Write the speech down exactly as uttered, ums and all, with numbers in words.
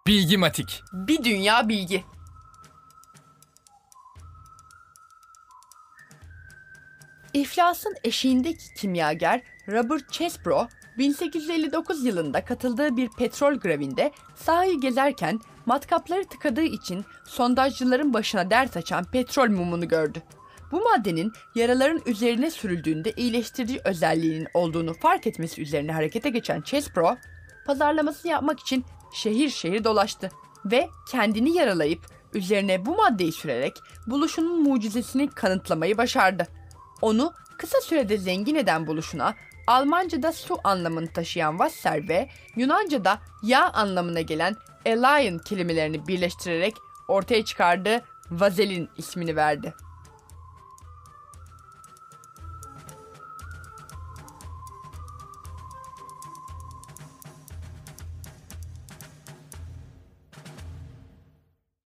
Bilgimatik. Bir dünya bilgi. İflasın eşiğindeki kimyager Robert Chesbrough, bin sekiz yüz elli dokuz yılında katıldığı bir petrol grevinde sahayı gezerken matkapları tıkadığı için sondajcıların başına dert açan petrol mumunu gördü. Bu maddenin yaraların üzerine sürüldüğünde iyileştirici özelliğinin olduğunu fark etmesi üzerine harekete geçen Chesbrough, pazarlamasını yapmak için şehir şehir dolaştı ve kendini yaralayıp üzerine bu maddeyi sürerek buluşunun mucizesini kanıtlamayı başardı. Onu kısa sürede zengin eden buluşuna Almanca'da su anlamını taşıyan Wasser ve Yunanca'da yağ anlamına gelen Elion kelimelerini birleştirerek ortaya çıkardığı vazelin ismini verdi.